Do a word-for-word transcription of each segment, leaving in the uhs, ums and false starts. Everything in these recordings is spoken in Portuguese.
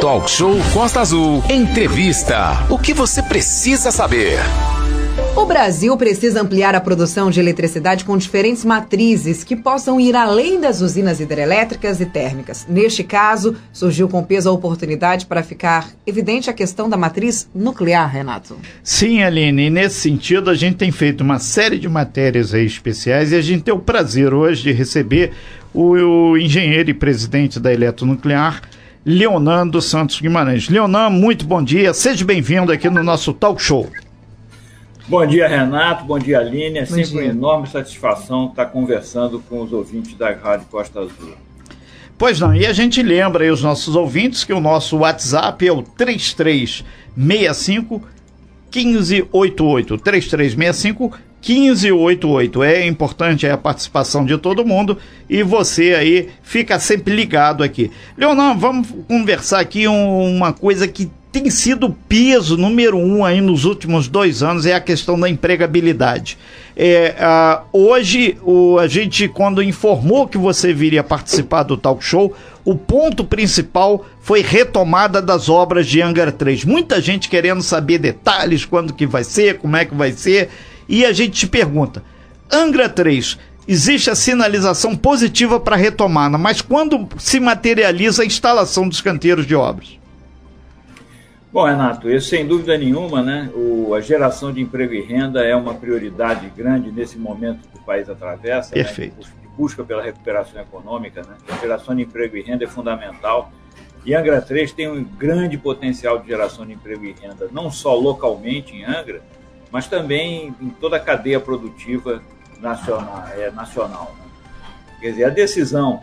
Talk Show Costa Azul. Entrevista. O que você precisa saber? O Brasil precisa ampliar a produção de eletricidade com diferentes matrizes que possam ir além das usinas hidrelétricas e térmicas. Neste caso, surgiu com peso a oportunidade para ficar evidente a questão da matriz nuclear, Renato. Sim, Aline, e nesse sentido a gente tem feito uma série de matérias aí especiais e a gente tem o prazer hoje de receber o, o engenheiro e presidente da Eletronuclear, Leonan dos Santos Guimarães. Leonan, muito bom dia, seja bem-vindo aqui no nosso Talk Show. Bom dia, Renato. Bom dia, Aline. É bom sempre dia. Uma enorme satisfação estar conversando com os ouvintes da Rádio Costa Azul. Pois não, e a gente lembra aí os nossos ouvintes que o nosso WhatsApp é o três três seis cinco, um cinco oito oito. três três seis cinco, um cinco oito oito. É importante a participação de todo mundo e você aí fica sempre ligado aqui. Leonan, vamos conversar aqui um, uma coisa que tem sido o peso número um aí nos últimos dois anos, é a questão da empregabilidade. É, a, hoje, o, a gente, quando informou que você viria participar do Talk Show, o ponto principal foi retomada das obras de Angra três. Muita gente querendo saber detalhes, quando que vai ser, como é que vai ser, e a gente te pergunta, Angra três, existe a sinalização positiva para a retomada, mas quando se materializa a instalação dos canteiros de obras? Bom, Renato, isso sem dúvida nenhuma, né? O, a geração de emprego e renda é uma prioridade grande nesse momento que o país atravessa. Perfeito. Né? De busca pela recuperação econômica, né? A geração de emprego e renda é fundamental. E Angra três tem um grande potencial de geração de emprego e renda, não só localmente em Angra, mas também em toda a cadeia produtiva nacional. É, nacional né? Quer dizer, a decisão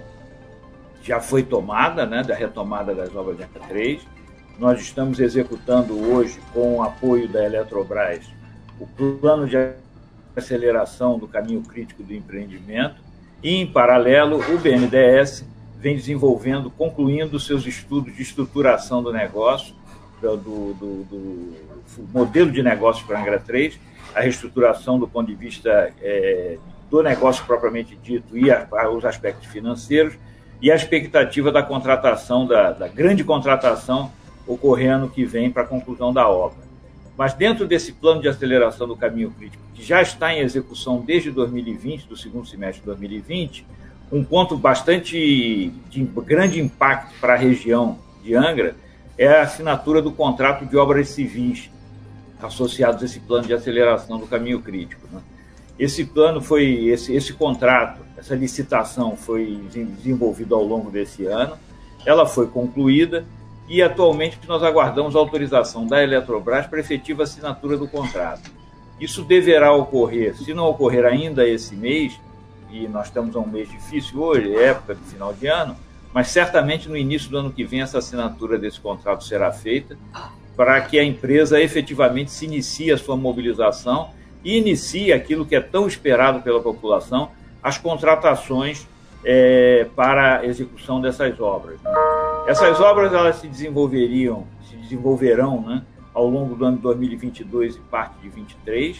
já foi tomada, né, da retomada das obras de Angra três. Nós estamos executando hoje, com o apoio da Eletrobras, o plano de aceleração do caminho crítico do empreendimento e, em paralelo, o B N D E S vem desenvolvendo, concluindo seus estudos de estruturação do negócio, do, do, do, do modelo de negócio para a Angra três, a reestruturação do ponto de vista é, do negócio propriamente dito e a, a, os aspectos financeiros e a expectativa da contratação, da, da grande contratação ocorrer ano que vem para a conclusão da obra. Mas dentro desse plano de aceleração do caminho crítico, que já está em execução desde dois mil e vinte, do segundo semestre de dois mil e vinte, um ponto bastante de grande impacto para a região de Angra é a assinatura do contrato de obras civis associados a esse plano de aceleração do caminho crítico. Né? Esse plano foi, esse, esse contrato, essa licitação foi desenvolvida ao longo desse ano, ela foi concluída, e atualmente nós aguardamos a autorização da Eletrobras para efetiva assinatura do contrato. Isso deverá ocorrer, se não ocorrer ainda esse mês, e nós estamos a um mês difícil hoje, é época do final de ano, mas certamente no início do ano que vem essa assinatura desse contrato será feita para que a empresa efetivamente se inicie a sua mobilização e inicie aquilo que é tão esperado pela população, as contratações É, para a execução dessas obras. Né? Essas obras elas se desenvolveriam, se desenvolverão né, ao longo do ano de dois mil e vinte e dois e parte de vinte e três,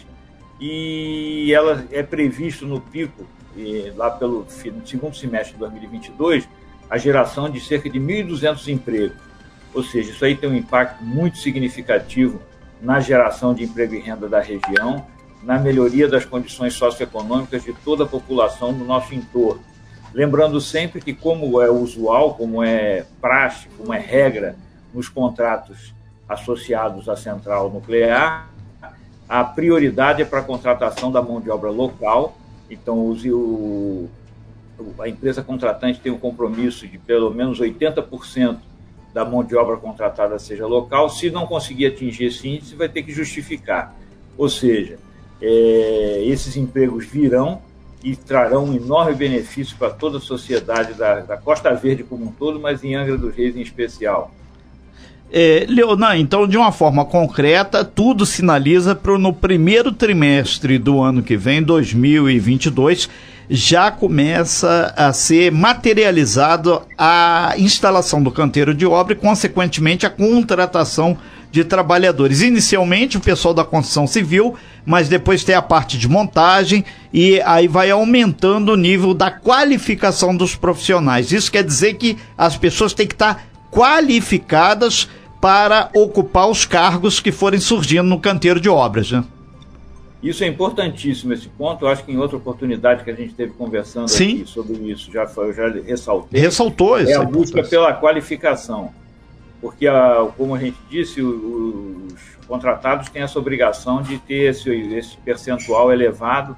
e ela é previsto no pico, e lá pelo segundo semestre de dois mil e vinte e dois, a geração de cerca de mil e duzentos empregos. Ou seja, isso aí tem um impacto muito significativo na geração de emprego e renda da região, na melhoria das condições socioeconômicas de toda a população do nosso entorno. Lembrando sempre que, como é usual, como é praxe, como é regra nos contratos associados à central nuclear, a prioridade é para a contratação da mão de obra local. Então, o, a empresa contratante tem um compromisso de pelo menos oitenta por cento da mão de obra contratada seja local. Se não conseguir atingir esse índice, vai ter que justificar. Ou seja, é, esses empregos virão e trarão um enorme benefício para toda a sociedade da, da Costa Verde como um todo, mas em Angra dos Reis em especial. É, Leonan, então, de uma forma concreta, tudo sinaliza para no primeiro trimestre do ano que vem, dois mil e vinte e dois, já começa a ser materializado a instalação do canteiro de obra e, consequentemente, a contratação de trabalhadores. Inicialmente o pessoal da construção civil, mas depois tem a parte de montagem e aí vai aumentando o nível da qualificação dos profissionais. Isso quer dizer que as pessoas têm que estar qualificadas para ocupar os cargos que forem surgindo no canteiro de obras, né? Isso é importantíssimo, esse ponto. Eu acho que em outra oportunidade que a gente esteve conversando Sim. aqui sobre isso, já foi, eu já ressaltei. Ressaltou isso. É a busca pela qualificação. Porque, a, como a gente disse, o, os contratados têm essa obrigação de ter esse, esse percentual elevado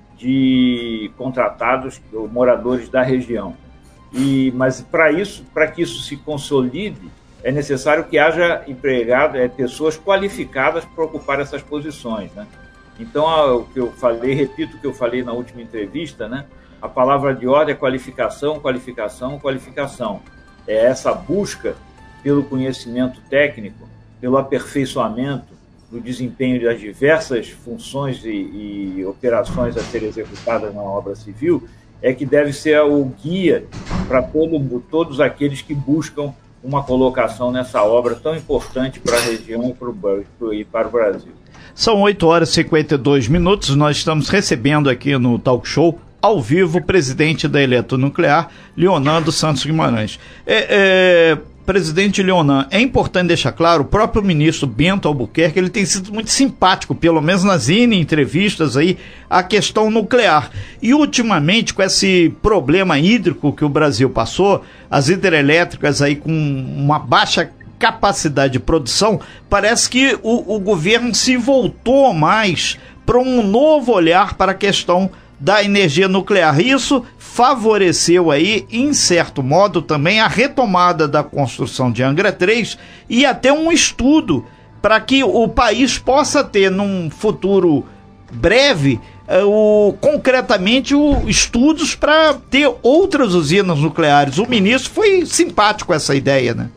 de contratados ou moradores da região. E, mas para isso, para que isso se consolide, é necessário que haja empregado, é, pessoas qualificadas para ocupar essas posições, né? Então, o que eu falei, repito o que eu falei na última entrevista, né? A palavra de ordem é qualificação, qualificação, qualificação. É essa busca pelo conhecimento técnico, pelo aperfeiçoamento do desempenho das diversas funções e, e operações a serem executadas na obra civil, é que deve ser o guia para todo, todos aqueles que buscam uma colocação nessa obra tão importante para a região e para o, e para o Brasil. São oito horas e cinquenta e dois minutos, nós estamos recebendo aqui no Talk Show, ao vivo, o presidente da Eletronuclear, Leonardo Santos Guimarães. É, é, presidente Leonan, é importante deixar claro, o próprio ministro Bento Albuquerque, ele tem sido muito simpático, pelo menos nas N entrevistas aí, à questão nuclear. E ultimamente, com esse problema hídrico que o Brasil passou, as hidrelétricas aí com uma baixa capacidade de produção, parece que o, o governo se voltou mais para um novo olhar para a questão da energia nuclear. Isso favoreceu aí, em certo modo, também a retomada da construção de Angra três e até um estudo para que o país possa ter, num futuro breve, o, concretamente, o, estudos para ter outras usinas nucleares. O ministro foi simpático com essa ideia, né?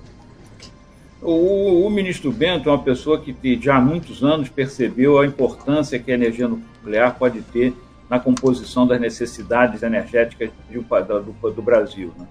O, o ministro Bento é uma pessoa que já há muitos anos percebeu a importância que a energia nuclear pode ter na composição das necessidades energéticas do, do, do Brasil, né?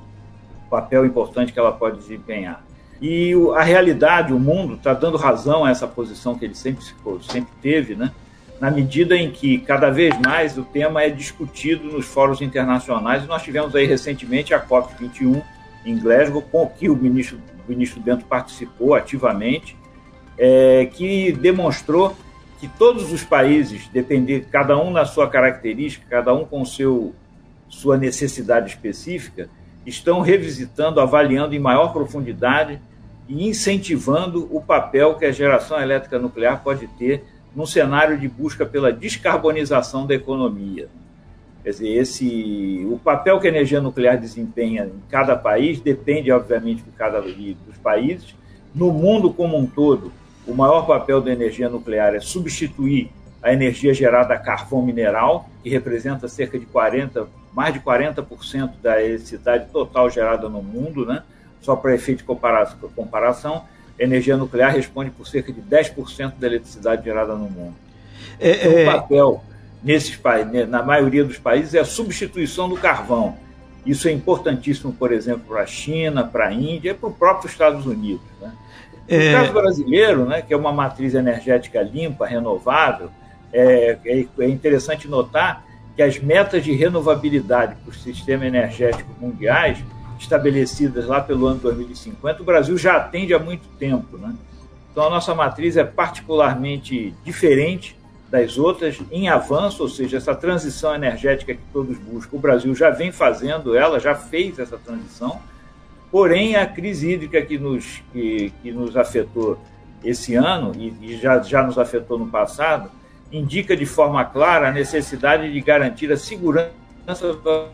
O papel importante que ela pode desempenhar. E o, a realidade, o mundo, está dando razão a essa posição que ele sempre, sempre teve, né? Na medida em que, cada vez mais, o tema é discutido nos fóruns internacionais. E nós tivemos aí recentemente a COP vinte e um em Glasgow, com que o ministro, o ministro Bento participou ativamente, é, que demonstrou que todos os países, depender, cada um na sua característica, cada um com seu, sua necessidade específica, estão revisitando, avaliando em maior profundidade e incentivando o papel que a geração elétrica nuclear pode ter num cenário de busca pela descarbonização da economia. Quer dizer, esse, o papel que a energia nuclear desempenha em cada país depende, obviamente, de cada, dos países. No mundo como um todo, o maior papel da energia nuclear é substituir a energia gerada a carvão mineral, que representa cerca de quarenta, mais de quarenta por cento da eletricidade total gerada no mundo, né? Só para efeito de comparação, a energia nuclear responde por cerca de dez por cento da eletricidade gerada no mundo. É, então, é... o papel nesses países, na maioria dos países, é a substituição do carvão. Isso é importantíssimo, por exemplo, para a China, para a Índia e para o próprio Estados Unidos, né? No é... caso brasileiro, né, que é uma matriz energética limpa, renovável, é, é interessante notar que as metas de renovabilidade para o sistema energético mundiais, estabelecidas lá pelo ano dois mil e cinquenta, o Brasil já atende há muito tempo, né? Então, a nossa matriz é particularmente diferente das outras, em avanço, ou seja, essa transição energética que todos buscam, o Brasil já vem fazendo ela, já fez essa transição, porém a crise hídrica que nos, que, que nos afetou esse ano, e, e já, já nos afetou no passado, indica de forma clara a necessidade de garantir a segurança do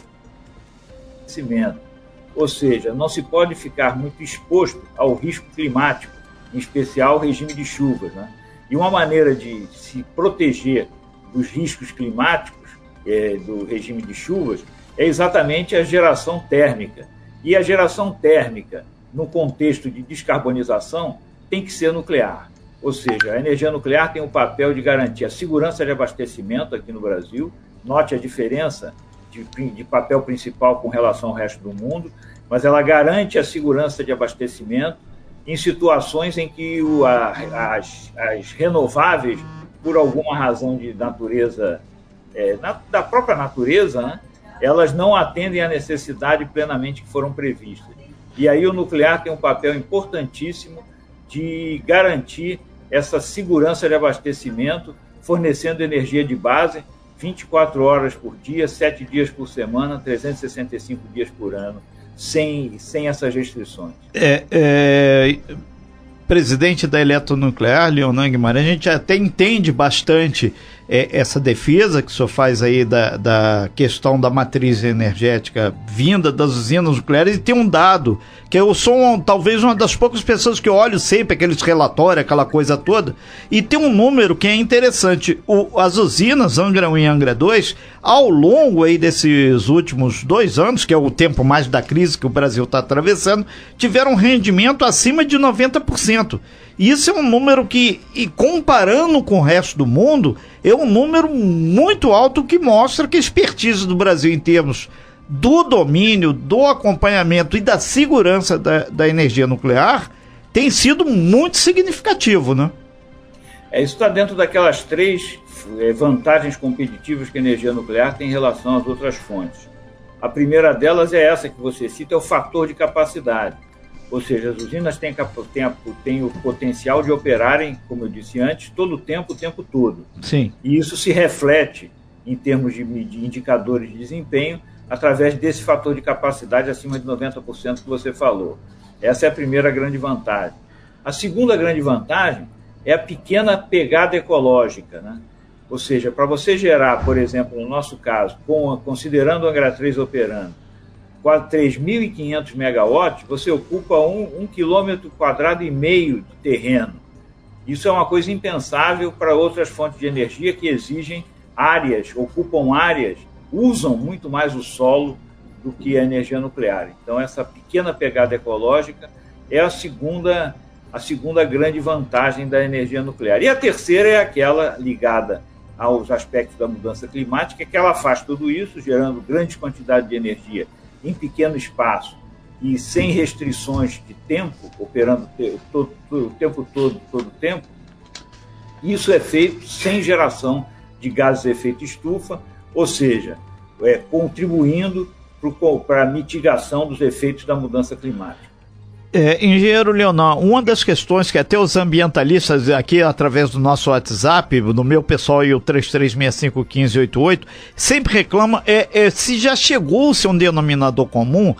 abastecimento. Ou seja, não se pode ficar muito exposto ao risco climático, em especial ao regime de chuvas, né? E uma maneira de se proteger dos riscos climáticos, é, do regime de chuvas, é exatamente a geração térmica. E a geração térmica, no contexto de descarbonização, tem que ser nuclear. Ou seja, a energia nuclear tem o papel de garantir a segurança de abastecimento aqui no Brasil. Note a diferença de, de papel principal com relação ao resto do mundo, mas ela garante a segurança de abastecimento em situações em que o, a, as, as renováveis, por alguma razão de natureza, é, na, da própria natureza, né, elas não atendem à necessidade plenamente que foram previstas. E aí o nuclear tem um papel importantíssimo de garantir essa segurança de abastecimento, fornecendo energia de base vinte e quatro horas por dia, sete dias por semana, trezentos e sessenta e cinco dias por ano, sem, sem essas restrições. É, é, presidente da Eletronuclear, Leonan Guimarães, a gente até entende bastante é, essa defesa que o senhor faz aí da, da questão da matriz energética vinda das usinas nucleares, e tem um dado, que eu sou um, talvez uma das poucas pessoas que olho sempre aqueles relatórios, aquela coisa toda, e tem um número que é interessante. O, as usinas Angra um e Angra dois, ao longo aí desses últimos dois anos, que é o tempo mais da crise que o Brasil está atravessando, tiveram um rendimento acima de noventa por cento. Isso é um número que, e comparando com o resto do mundo, é um número muito alto, que mostra que a expertise do Brasil em termos do domínio, do acompanhamento e da segurança da, da energia nuclear tem sido muito significativo, né? É, isso está dentro daquelas três vantagens competitivas que a energia nuclear tem em relação às outras fontes. A primeira delas é essa que você cita, é o fator de capacidade. Ou seja, as usinas têm, têm, têm o potencial de operarem, como eu disse antes, todo o tempo, o tempo todo. Sim. E isso se reflete em termos de, de indicadores de desempenho através desse fator de capacidade acima de noventa por cento que você falou. Essa é a primeira grande vantagem. A segunda grande vantagem é a pequena pegada ecológica, né? Ou seja, para você gerar, por exemplo, no nosso caso, com, considerando o Angra três operando, quase três mil e quinhentos megawatts, você ocupa um, um quilômetro quadrado e meio de terreno. Isso é uma coisa impensável para outras fontes de energia que exigem áreas, ocupam áreas, usam muito mais o solo do que a energia nuclear. Então, essa pequena pegada ecológica é a segunda, a segunda grande vantagem da energia nuclear. E a terceira é aquela ligada aos aspectos da mudança climática, que ela faz tudo isso, gerando grandes quantidades de energia em pequeno espaço e sem restrições de tempo, operando todo, todo, o tempo todo, todo o tempo. Isso é feito sem geração de gases de efeito estufa, ou seja, é, contribuindo para a mitigação dos efeitos da mudança climática. É, engenheiro Leonan, uma das questões que até os ambientalistas aqui, através do nosso WhatsApp, do meu pessoal e o três três seis cinco um cinco oito oito, sempre reclama é, é se já chegou-se um denominador comum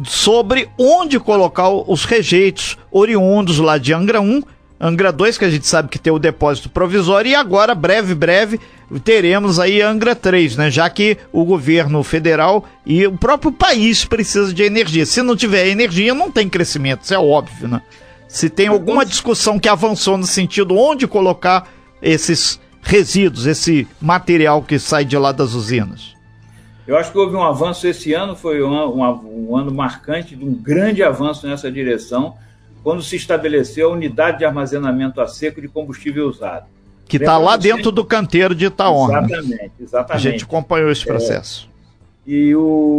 sobre onde colocar os rejeitos oriundos lá de Angra um, Angra dois, que a gente sabe que tem o depósito provisório, e agora, breve, breve, teremos aí Angra três, né? Já que o governo federal e o próprio país precisa de energia. Se não tiver energia, não tem crescimento, isso é óbvio, né? Se tem alguma discussão que avançou no sentido onde colocar esses resíduos, esse material que sai de lá das usinas. Eu acho que houve um avanço esse ano, foi um, um, um ano marcante, de um grande avanço nessa direção, quando se estabeleceu a unidade de armazenamento a seco de combustível usado. Que está lá dentro sempre do canteiro de Itaúna. Exatamente, exatamente. A gente acompanhou esse processo. É, e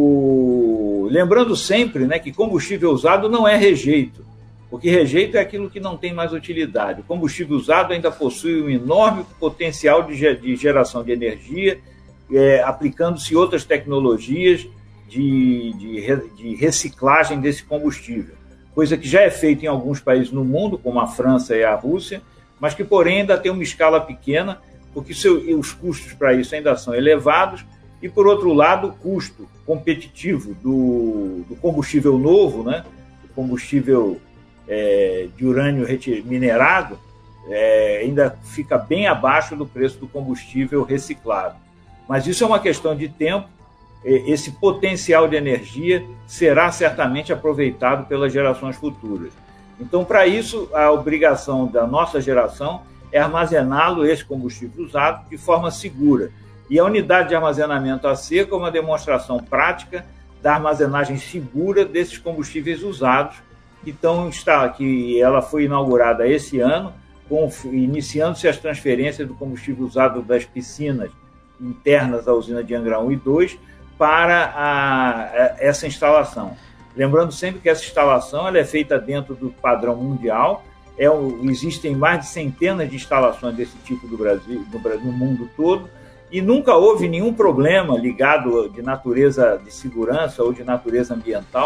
o... lembrando sempre, né, que combustível usado não é rejeito, porque rejeito é aquilo que não tem mais utilidade. O combustível usado ainda possui um enorme potencial de, de geração de energia, é, aplicando-se outras tecnologias de, de, de reciclagem desse combustível. Coisa que já é feita em alguns países no mundo, como a França e a Rússia, mas que, porém, ainda tem uma escala pequena, porque seu, os custos para isso ainda são elevados, e, por outro lado, o custo competitivo do, do combustível novo, né, do combustível é, de urânio minerado, é, ainda fica bem abaixo do preço do combustível reciclado. Mas isso é uma questão de tempo. Esse potencial de energia será certamente aproveitado pelas gerações futuras. Então, para isso, a obrigação da nossa geração é armazená-lo, esse combustível usado, de forma segura. E a unidade de armazenamento a seco é uma demonstração prática da armazenagem segura desses combustíveis usados, que, estão, que ela foi inaugurada esse ano, com, iniciando-se as transferências do combustível usado das piscinas internas da usina de Angra um e dois, para a, a, essa instalação. Lembrando sempre que essa instalação ela é feita dentro do padrão mundial, é, existem mais de centenas de instalações desse tipo do Brasil, no, Brasil, no mundo todo, e nunca houve nenhum problema ligado de natureza de segurança ou de natureza ambiental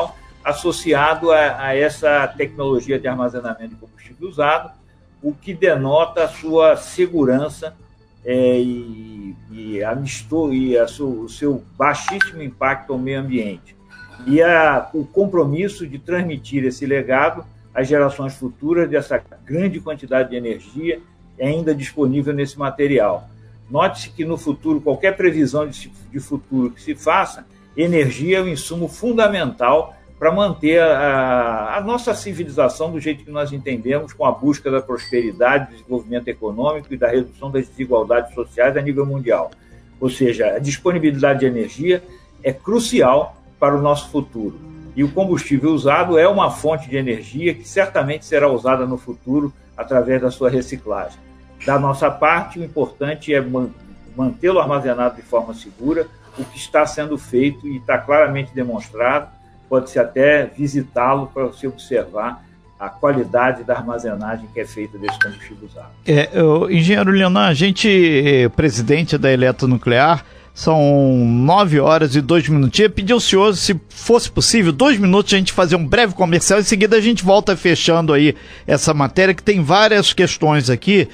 associado a, a essa tecnologia de armazenamento de combustível usado, o que denota a sua segurança é, e, e, a mistura, e a su, o seu baixíssimo impacto ao meio ambiente. E a, o compromisso de transmitir esse legado às gerações futuras dessa grande quantidade de energia ainda disponível nesse material. Note-se que no futuro, qualquer previsão de, de futuro que se faça, energia é um insumo fundamental para manter a, a nossa civilização do jeito que nós entendemos, com a busca da prosperidade, do desenvolvimento econômico e da redução das desigualdades sociais a nível mundial. Ou seja, a disponibilidade de energia é crucial para o nosso futuro. E o combustível usado é uma fonte de energia que certamente será usada no futuro através da sua reciclagem. Da nossa parte, o importante é mantê-lo armazenado de forma segura, o que está sendo feito e está claramente demonstrado. Pode-se até visitá-lo para você observar a qualidade da armazenagem que é feita desse combustível usado. É, o engenheiro Leonan, a gente, presidente da Eletronuclear, são nove horas e dois minutinhos. Pedi ao senhor, se fosse possível, dois minutos a gente fazer um breve comercial. Em seguida a gente volta fechando aí essa matéria, que tem várias questões aqui,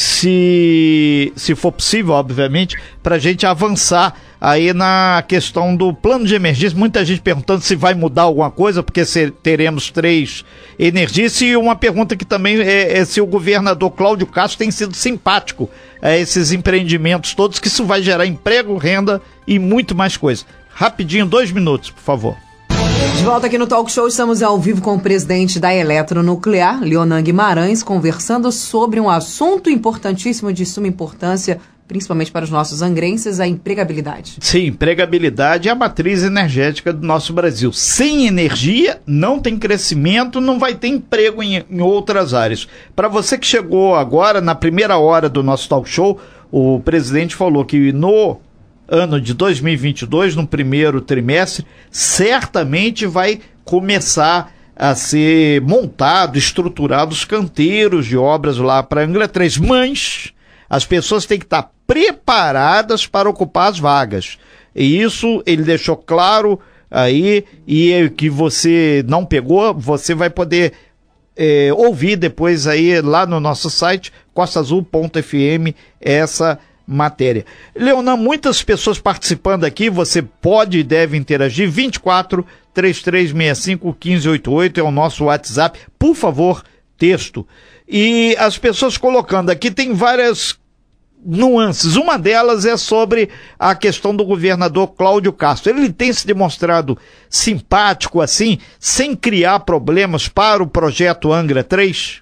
se, se for possível, obviamente, para a gente avançar aí na questão do plano de emergência. Muita gente perguntando se vai mudar alguma coisa, porque se, teremos três energias. E uma pergunta que também é, é se o governador Cláudio Castro tem sido simpático a esses empreendimentos todos, que isso vai gerar emprego, renda e muito mais coisa. Rapidinho, dois minutos, por favor. De volta aqui no Talk Show, estamos ao vivo com o presidente da Eletronuclear, Leonan Guimarães, conversando sobre um assunto importantíssimo, de suma importância, principalmente para os nossos angrenses, a empregabilidade. Sim, empregabilidade é a matriz energética do nosso Brasil. Sem energia, não tem crescimento, não vai ter emprego em, em outras áreas. Para você que chegou agora, na primeira hora do nosso talk show, o presidente falou que no ano de dois mil e vinte e dois, no primeiro trimestre, certamente vai começar a ser montado, estruturado os canteiros de obras lá para Angra três, mas as pessoas têm que estar preparadas para ocupar as vagas. E isso ele deixou claro aí, e que você não pegou, você vai poder é, ouvir depois aí lá no nosso site, costa azul ponto f m, essa matéria. Leonan, muitas pessoas participando aqui, você pode e deve interagir. Vinte e quatro, trinta e três sessenta e cinco, quinze oitenta e oito é o nosso WhatsApp. Por favor, texto. E as pessoas colocando aqui, tem várias nuances. Uma delas é sobre a questão do governador Cláudio Castro. Ele tem se demonstrado simpático assim, sem criar problemas para o projeto Angra três?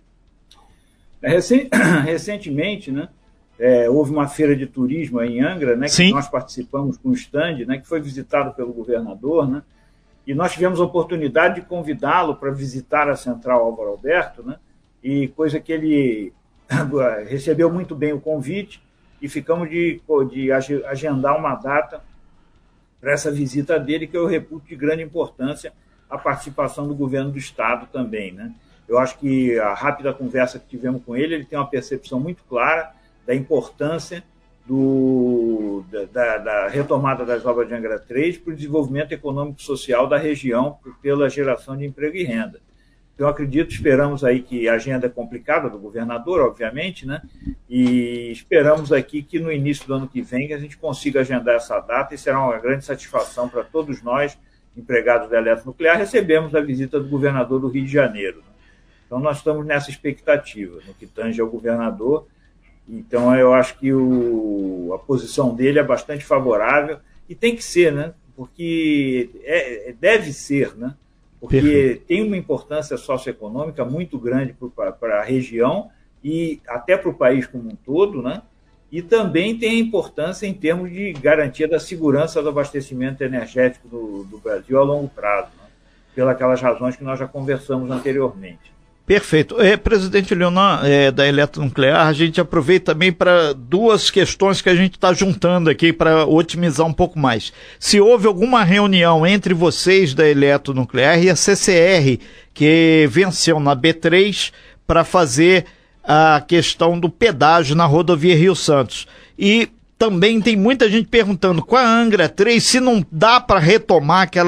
Recentemente, né, é, houve uma feira de turismo aí em Angra, né, que Sim. nós participamos com o stand, né, que foi visitado pelo governador, né, e nós tivemos a oportunidade de convidá-lo para visitar a Central Álvaro Alberto, né, e coisa que ele recebeu muito bem o convite, e ficamos de, de agendar uma data para essa visita dele, que eu reputo de grande importância a participação do governo do Estado também, né. Eu acho que a rápida conversa que tivemos com ele, ele tem uma percepção muito clara da importância do, da, da retomada das obras de Angra três para o desenvolvimento econômico e social da região, pela geração de emprego e renda. Então, acredito, esperamos aí que a agenda é complicada do governador, obviamente, né? E esperamos aqui que no início do ano que vem a gente consiga agendar essa data, e será uma grande satisfação para todos nós, empregados da Eletronuclear, recebemos a visita do governador do Rio de Janeiro. Então, nós estamos nessa expectativa, no que tange ao governador. Então, eu acho que o, a posição dele é bastante favorável, e tem que ser, né? Porque é, deve ser, né? Porque Perfeito. Tem uma importância socioeconômica muito grande para a região e até para o país como um todo, né? E também tem a importância em termos de garantia da segurança do abastecimento energético do, do Brasil a longo prazo, né? Pelas aquelas razões que nós já conversamos anteriormente. Perfeito. É, presidente Leonan, é, da Eletronuclear, a gente aproveita também para duas questões que a gente está juntando aqui para otimizar um pouco mais. Se houve alguma reunião entre vocês da Eletronuclear e a C C R, que venceu na B três para fazer a questão do pedágio na rodovia Rio Santos. E também tem muita gente perguntando com a Angra três se não dá para retomar aquela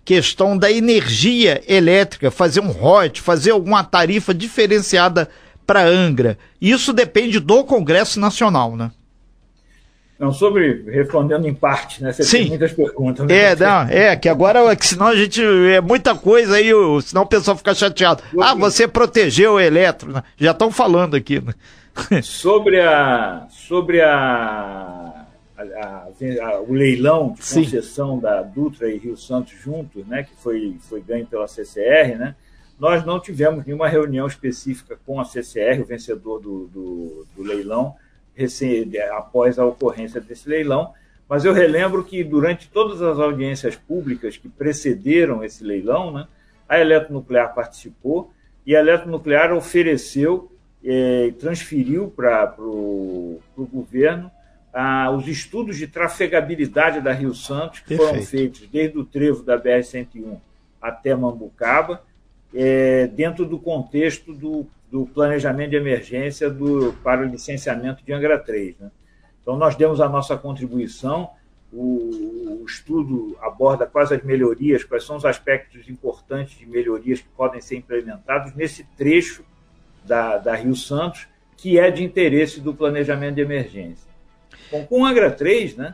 questão da energia elétrica, fazer um R O T, fazer alguma tarifa diferenciada para Angra. Isso depende do Congresso Nacional, né? Não, sobre, respondendo em parte, né? Você Sim. tem muitas perguntas. Né? É, não, é, que agora, que senão a gente, é muita coisa aí, senão o pessoal fica chateado. Ah, você protegeu o eletro, né? Já estão falando aqui, né? Sobre a, sobre a, a, a, a o leilão de concessão Sim. da Dutra e Rio Santos juntos, né? Que foi, foi ganho pela C C R, né? Nós não tivemos nenhuma reunião específica com a C C R, o vencedor do, do, do leilão, após a ocorrência desse leilão, mas eu relembro que durante todas as audiências públicas que precederam esse leilão, né, a Eletronuclear participou e a Eletronuclear ofereceu e eh, transferiu para o governo ah, os estudos de trafegabilidade da Rio Santos, que Perfeito. foram feitos desde o trevo da B R cento e um até Mambucaba, eh, dentro do contexto do do planejamento de emergência do, para o licenciamento de Angra três. Né? Então, nós demos a nossa contribuição, o, o estudo aborda quais as melhorias, quais são os aspectos importantes de melhorias que podem ser implementados nesse trecho da, da Rio Santos, que é de interesse do planejamento de emergência. Bom, com o Angra três, né,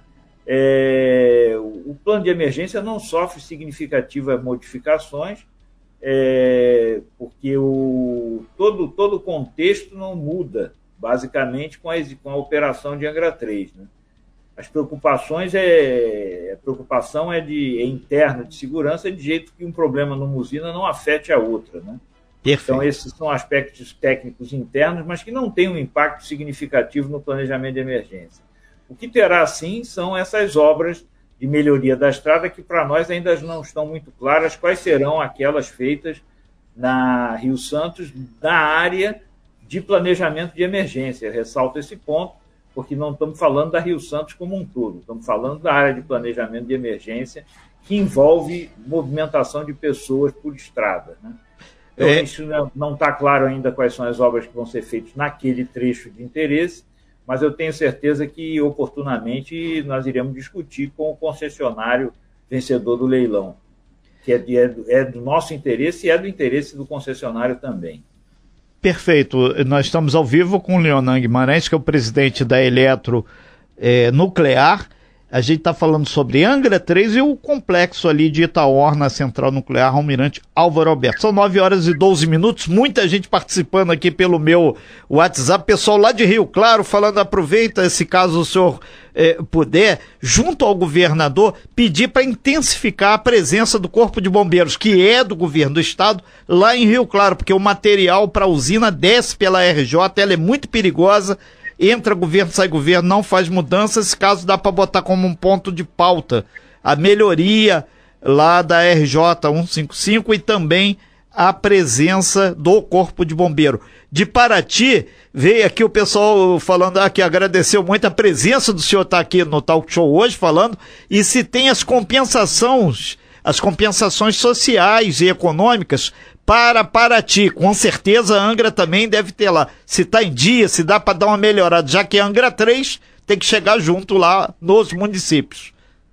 é, o, o plano de emergência não sofre significativas modificações, É, porque o, todo, todo o contexto não muda, basicamente, com a, com a operação de Angra três. Né? As preocupações, é, a preocupação é, de, é interna de segurança, de jeito que um problema numa usina não afete a outra. Né? Então, esses são aspectos técnicos internos, mas que não têm um impacto significativo no planejamento de emergência. O que terá, sim, são essas obras de melhoria da estrada, que para nós ainda não estão muito claras quais serão aquelas feitas na Rio Santos, da área de planejamento de emergência. Eu ressalto esse ponto, porque não estamos falando da Rio Santos como um todo, estamos falando da área de planejamento de emergência, que envolve movimentação de pessoas por estrada. Né? Então, é. isso não está claro ainda quais são as obras que vão ser feitas naquele trecho de interesse, mas eu tenho certeza que, oportunamente, nós iremos discutir com o concessionário vencedor do leilão, que é, de, é, do, é do nosso interesse e é do interesse do concessionário também. Perfeito. Nós estamos ao vivo com o Leonan Guimarães, que é o presidente da Eletro é, Nuclear. A gente está falando sobre Angra três e o complexo ali de Itaor, na Central Nuclear Almirante Álvaro Alberto. São nove horas e doze minutos, muita gente participando aqui pelo meu WhatsApp, pessoal lá de Rio Claro falando, aproveita esse caso o senhor eh, puder, junto ao governador, pedir para intensificar a presença do Corpo de Bombeiros, que é do governo do estado, lá em Rio Claro, porque o material para a usina desce pela R J, ela é muito perigosa. Entra governo, sai governo, não faz mudanças. Esse caso dá para botar como um ponto de pauta a melhoria lá da R J cento e cinquenta e cinco e também a presença do Corpo de Bombeiro. De Paraty, veio aqui o pessoal falando ah, que agradeceu muito a presença do senhor estar aqui no Talk Show hoje falando, e se tem as compensações, as compensações sociais e econômicas para Paraty. Com certeza a Angra também deve ter lá. Se está em dia, se dá para dar uma melhorada, já que a Angra três tem que chegar junto lá nos municípios.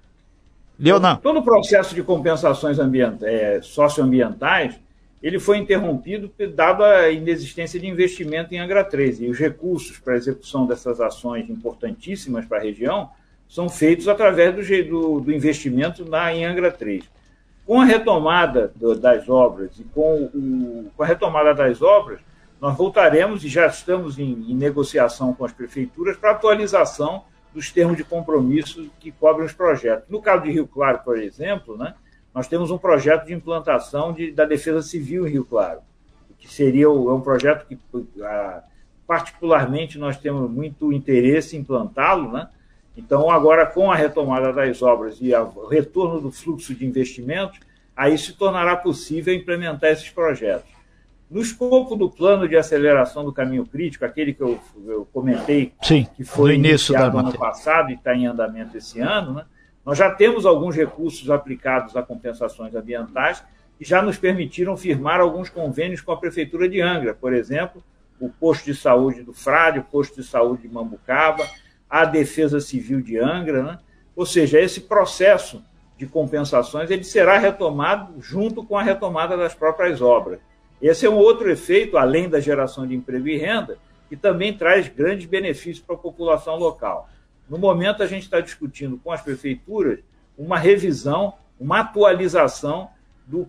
Leonan. Todo o processo de compensações ambient... é, socioambientais, ele foi interrompido dado a inexistência de investimento em Angra três. E os recursos para a execução dessas ações importantíssimas para a região são feitos através do, do, do investimento na, em Angra três. Com a retomada do, das obras e com, o, com a retomada das obras, nós voltaremos e já estamos em, em negociação com as prefeituras para atualização dos termos de compromisso que cobrem os projetos. No caso de Rio Claro, por exemplo, né, nós temos um projeto de implantação de, da Defesa Civil em Rio Claro, que seria o, é um projeto que, a, particularmente, nós temos muito interesse em implantá-lo, né? Então, agora, com a retomada das obras e o retorno do fluxo de investimentos, aí se tornará possível implementar esses projetos. No escopo do plano de aceleração do caminho crítico, aquele que eu, eu comentei, Sim, que foi iniciado no ano passado e está em andamento esse ano, né, nós já temos alguns recursos aplicados a compensações ambientais que já nos permitiram firmar alguns convênios com a Prefeitura de Angra, por exemplo, o posto de saúde do Frade, o posto de saúde de Mambucaba, a Defesa Civil de Angra, né? Ou seja, esse processo de compensações, ele será retomado junto com a retomada das próprias obras. Esse é um outro efeito, além da geração de emprego e renda, que também traz grandes benefícios para a população local. No momento, a gente está discutindo com as prefeituras uma revisão, uma atualização do,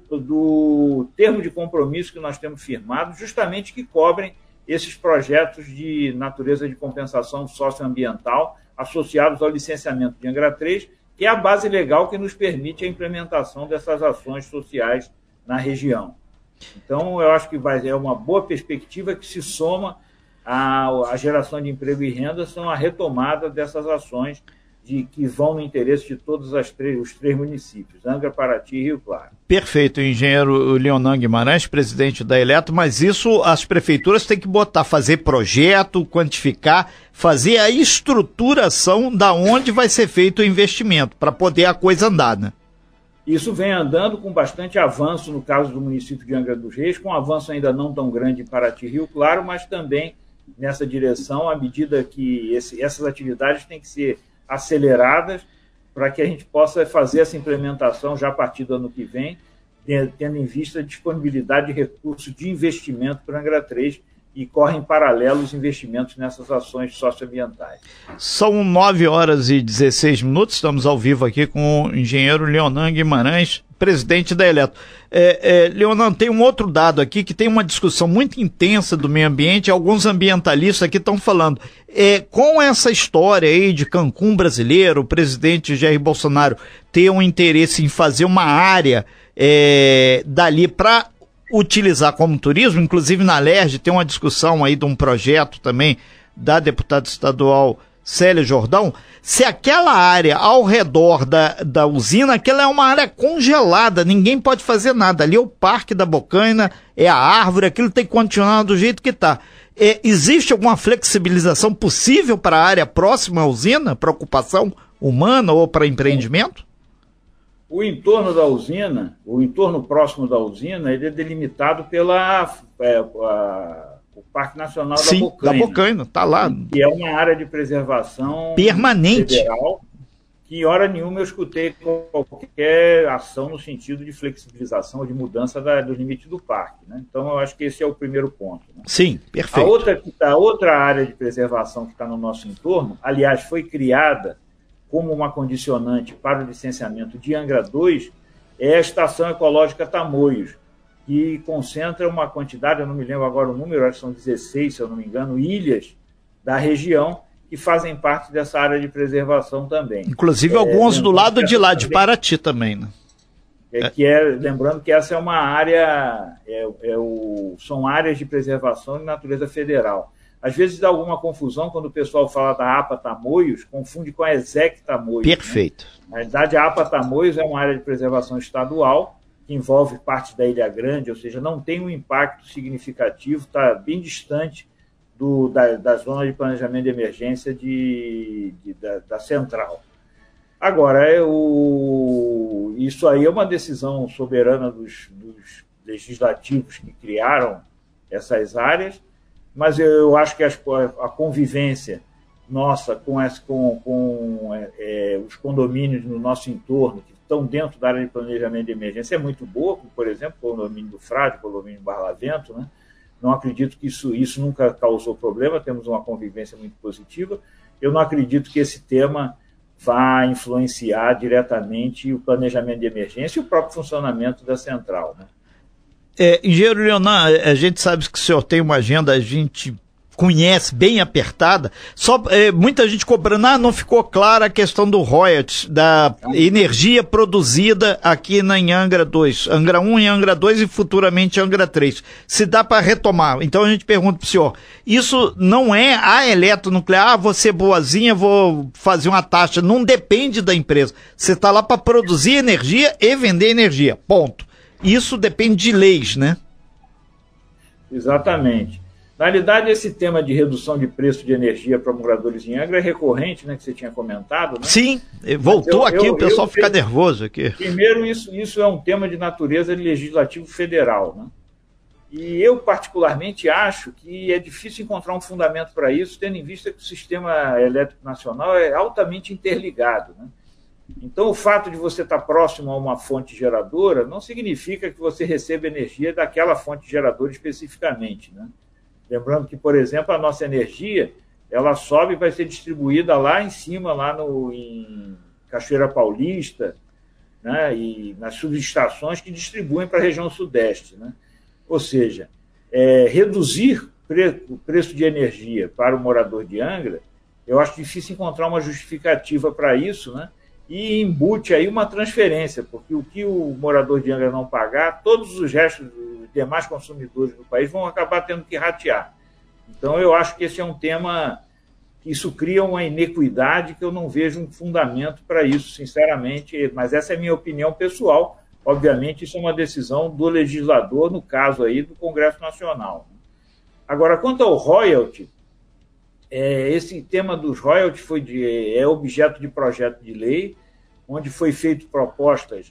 do termo de compromisso que nós temos firmado, justamente que cobrem esses projetos de natureza de compensação socioambiental associados ao licenciamento de Angra três, que é a base legal que nos permite a implementação dessas ações sociais na região. Então, eu acho que vai, é uma boa perspectiva que se soma à, à geração de emprego e renda, são a retomada dessas ações de, que vão no interesse de todos as três, os três municípios, Angra, Paraty e Rio Claro. Perfeito, engenheiro Leonan Guimarães, presidente da Eletro, mas isso as prefeituras têm que botar, fazer projeto, quantificar, fazer a estruturação da onde vai ser feito o investimento, para poder a coisa andar, né? Isso vem andando com bastante avanço no caso do município de Angra dos Reis, com um avanço ainda não tão grande em Paraty e Rio Claro, mas também nessa direção, à medida que esse, essas atividades têm que ser aceleradas para que a gente possa fazer essa implementação já a partir do ano que vem, tendo em vista a disponibilidade de recursos de investimento para Angra três, e correm paralelos investimentos nessas ações socioambientais. São nove horas e dezesseis minutos, estamos ao vivo aqui com o engenheiro Leonan Guimarães, presidente da Eletro. É, é, Leonan, tem um outro dado aqui que tem uma discussão muito intensa do meio ambiente, alguns ambientalistas aqui estão falando, é, com essa história aí de Cancún brasileiro, o presidente Jair Bolsonaro ter um interesse em fazer uma área é, dali para utilizar como turismo, inclusive na Alerj tem uma discussão aí de um projeto também da deputada estadual Célia Jordão, se aquela área ao redor da, da usina, aquela é uma área congelada, ninguém pode fazer nada, ali é o Parque da Bocaina, é a árvore, aquilo tem que continuar do jeito que está. É, existe alguma flexibilização possível para a área próxima à usina, para ocupação humana ou para empreendimento? O entorno da usina, o entorno próximo da usina, ele é delimitado pela é, a, o Parque Nacional Sim, da Bocaina. da Bocaina, está lá. Que é uma área de preservação permanente. Federal, que em hora nenhuma eu escutei qualquer ação no sentido de flexibilização ou de mudança da, do limite do parque, né? Então, eu acho que esse é o primeiro ponto, né? Sim, perfeito. A outra, a outra área de preservação que está no nosso entorno, aliás, foi criada como uma condicionante para o licenciamento de Angra dois, é a Estação Ecológica Tamoios, que concentra uma quantidade, eu não me lembro agora o número, acho que são dezesseis, se eu não me engano, ilhas da região que fazem parte dessa área de preservação também. Inclusive é, alguns do lado de lá, de Paraty também, né? É, que é, lembrando que essa é uma área, é, é o, são áreas de preservação de natureza federal. Às vezes dá alguma confusão quando o pessoal fala da APA Tamoios, confunde com a ESEC Tamoios. Perfeito. Né? Na verdade, a APA Tamoios é uma área de preservação estadual, que envolve parte da Ilha Grande, ou seja, não tem um impacto significativo, está bem distante do, da, da zona de planejamento de emergência de, de, da, da central. Agora, é o, isso aí é uma decisão soberana dos, dos legislativos que criaram essas áreas, mas eu acho que as, a convivência nossa com, essa, com, com é, é, os condomínios no nosso entorno, que estão dentro da área de planejamento de emergência, é muito boa, como, por exemplo, o condomínio do Frade, o condomínio do Barlavento, né? Não acredito que isso, isso nunca causou problema, temos uma convivência muito positiva. Eu não acredito que esse tema vá influenciar diretamente o planejamento de emergência e o próprio funcionamento da central, né? É, engenheiro Leonan, a gente sabe que o senhor tem uma agenda, a gente conhece, bem apertada, só é, muita gente cobrando, ah, não ficou clara a questão do royalties, da energia produzida aqui na em Angra dois, Angra um e Angra dois e futuramente Angra três, se dá para retomar. Então a gente pergunta para o senhor, isso não é a Eletronuclear, ah, vou ser boazinha, vou fazer uma taxa, não depende da empresa, você está lá para produzir energia e vender energia, ponto. Isso depende de leis, né? Exatamente. Na realidade, esse tema de redução de preço de energia para moradores em Angra é recorrente, né, que você tinha comentado, né? Sim, voltou eu, aqui, eu, o pessoal eu, fica eu, nervoso aqui. Primeiro, isso, isso é um tema de natureza legislativo federal, né? E eu, particularmente, acho que é difícil encontrar um fundamento para isso, tendo em vista que o sistema elétrico nacional é altamente interligado, né? Então, o fato de você estar próximo a uma fonte geradora não significa que você receba energia daquela fonte geradora especificamente, né? Lembrando que, por exemplo, a nossa energia, ela sobe e vai ser distribuída lá em cima, lá no, em Cachoeira Paulista, né? E nas subestações que distribuem para a região sudeste, né? Ou seja, é, reduzir pre, o preço de energia para o morador de Angra, eu acho difícil encontrar uma justificativa para isso, né? E embute aí uma transferência, porque o que o morador de Angra não pagar, todos os restos dos demais consumidores do país vão acabar tendo que ratear. Então, eu acho que esse é um tema que isso cria uma inequidade que eu não vejo um fundamento para isso, sinceramente, mas essa é a minha opinião pessoal. Obviamente, isso é uma decisão do legislador, no caso aí do Congresso Nacional. Agora, quanto ao royalty, É, esse tema dos royalties foi de, é objeto de projeto de lei, onde foi feito propostas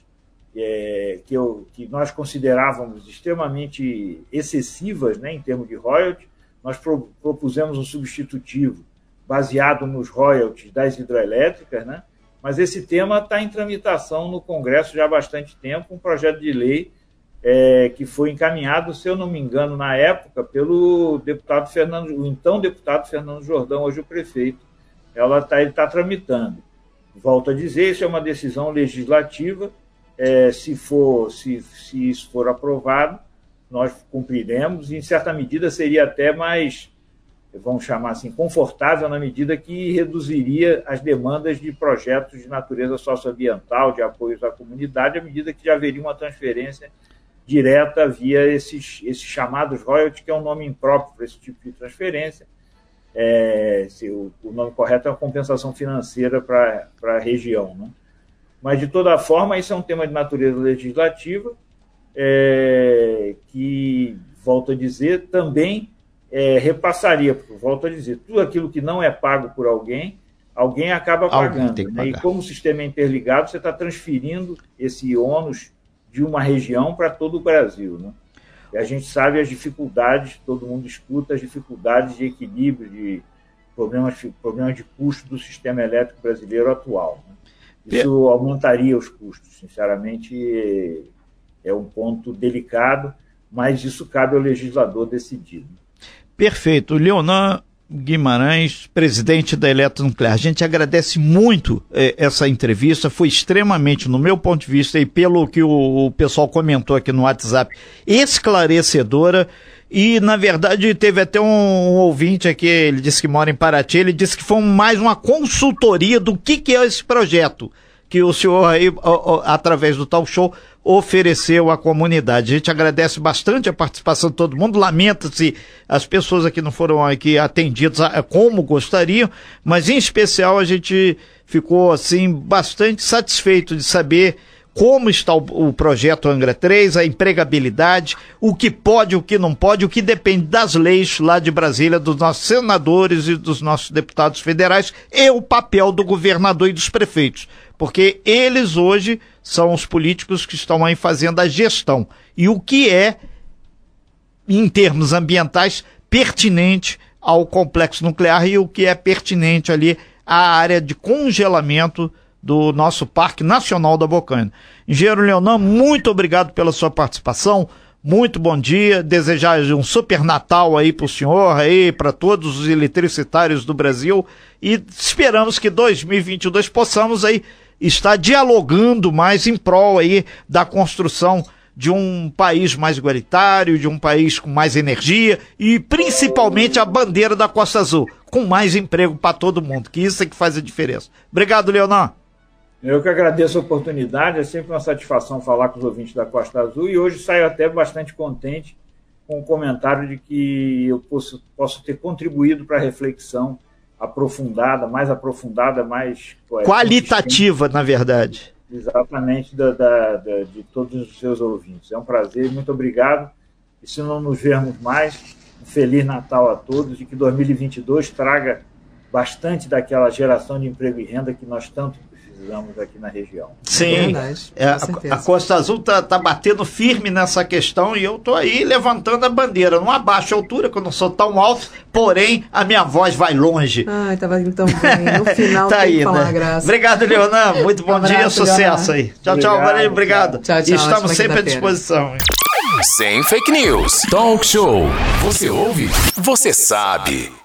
é, que, eu, que nós considerávamos extremamente excessivas, né, em termos de royalties. Nós pro, propusemos um substitutivo baseado nos royalties das hidrelétricas, né, mas esse tema está em tramitação no Congresso já há bastante tempo, um projeto de lei É, que foi encaminhado, se eu não me engano, na época, pelo deputado Fernando, o então deputado Fernando Jordão, hoje o prefeito. Ela tá, ele está tramitando. Volto a dizer, isso é uma decisão legislativa. É, se, for, se, se isso for aprovado, nós cumpriremos, e em certa medida seria até mais, vamos chamar assim, confortável, na medida que reduziria as demandas de projetos de natureza socioambiental, de apoios à comunidade, à medida que já haveria uma transferência direta via esses, esses chamados royalties, que é um nome impróprio para esse tipo de transferência. É, se o, o nome correto é uma compensação financeira para a região, né? Mas, de toda forma, isso é um tema de natureza legislativa, é, que, volto a dizer, também é, repassaria, porque, volto a dizer, tudo aquilo que não é pago por alguém, alguém acaba pagando. Né? E como o sistema é interligado, você está transferindo esse ônus de uma região para todo o Brasil, né? E a gente sabe as dificuldades, todo mundo escuta as dificuldades de equilíbrio, de problemas, problemas de custo do sistema elétrico brasileiro atual, né? Isso aumentaria os custos, sinceramente, é um ponto delicado, mas isso cabe ao legislador decidir. Perfeito. Leonan Guimarães, presidente da Eletronuclear, a gente agradece muito eh, essa entrevista, foi extremamente, no meu ponto de vista, e pelo que o, o pessoal comentou aqui no WhatsApp, esclarecedora. E, na verdade, teve até um, um ouvinte aqui, ele disse que mora em Paraty, ele disse que foi mais uma consultoria do que, que é esse projeto que o senhor aí, ó, ó, através do Talk Show, ofereceu à comunidade. A gente agradece bastante a participação de todo mundo, lamenta se as pessoas aqui não foram aqui atendidas a, a como gostariam, mas em especial a gente ficou assim bastante satisfeito de saber como está o, o projeto Angra três, a empregabilidade, o que pode, o que não pode, o que depende das leis lá de Brasília, dos nossos senadores e dos nossos deputados federais, e o papel do governador e dos prefeitos, porque eles hoje são os políticos que estão aí fazendo a gestão. E o que é, em termos ambientais, pertinente ao complexo nuclear e o que é pertinente ali à área de congelamento do nosso Parque Nacional da Bocaina. Engenheiro Leonan, muito obrigado pela sua participação, muito bom dia, desejar um super Natal aí para o senhor, aí para todos os eletricitários do Brasil, e esperamos que dois mil e vinte e dois possamos aí estar dialogando mais em prol aí da construção de um país mais igualitário, de um país com mais energia e principalmente a bandeira da Costa Azul, com mais emprego para todo mundo, que isso é que faz a diferença. Obrigado, Leonan. Eu que agradeço a oportunidade, é sempre uma satisfação falar com os ouvintes da Costa Azul, e hoje saio até bastante contente com o comentário de que eu posso, posso ter contribuído para a reflexão aprofundada, mais aprofundada, mais qualitativa, na verdade. Exatamente, da, da, da, de todos os seus ouvintes. É um prazer, muito obrigado. E se não nos vermos mais, um Feliz Natal a todos e que dois mil e vinte e dois traga bastante daquela geração de emprego e renda que nós tanto precisamos. precisamos aqui na região. Sim, Verdade, é, a, a Costa Azul está tá batendo firme nessa questão e eu estou aí levantando a bandeira. Não abaixo a altura, que eu não sou tão alto, porém a minha voz vai longe. Ai, estava então bem. No final tá tem aí, que falar né? graça. Obrigado, Leonan. Muito bom Um abraço, dia, sucesso Leonan. aí. Tchau, Obrigado, tchau, valeu, obrigado. Tchau, tchau, E estamos ótima sempre à quinta-feira. disposição. Sem fake news. Talk show. Você ouve? Você sabe.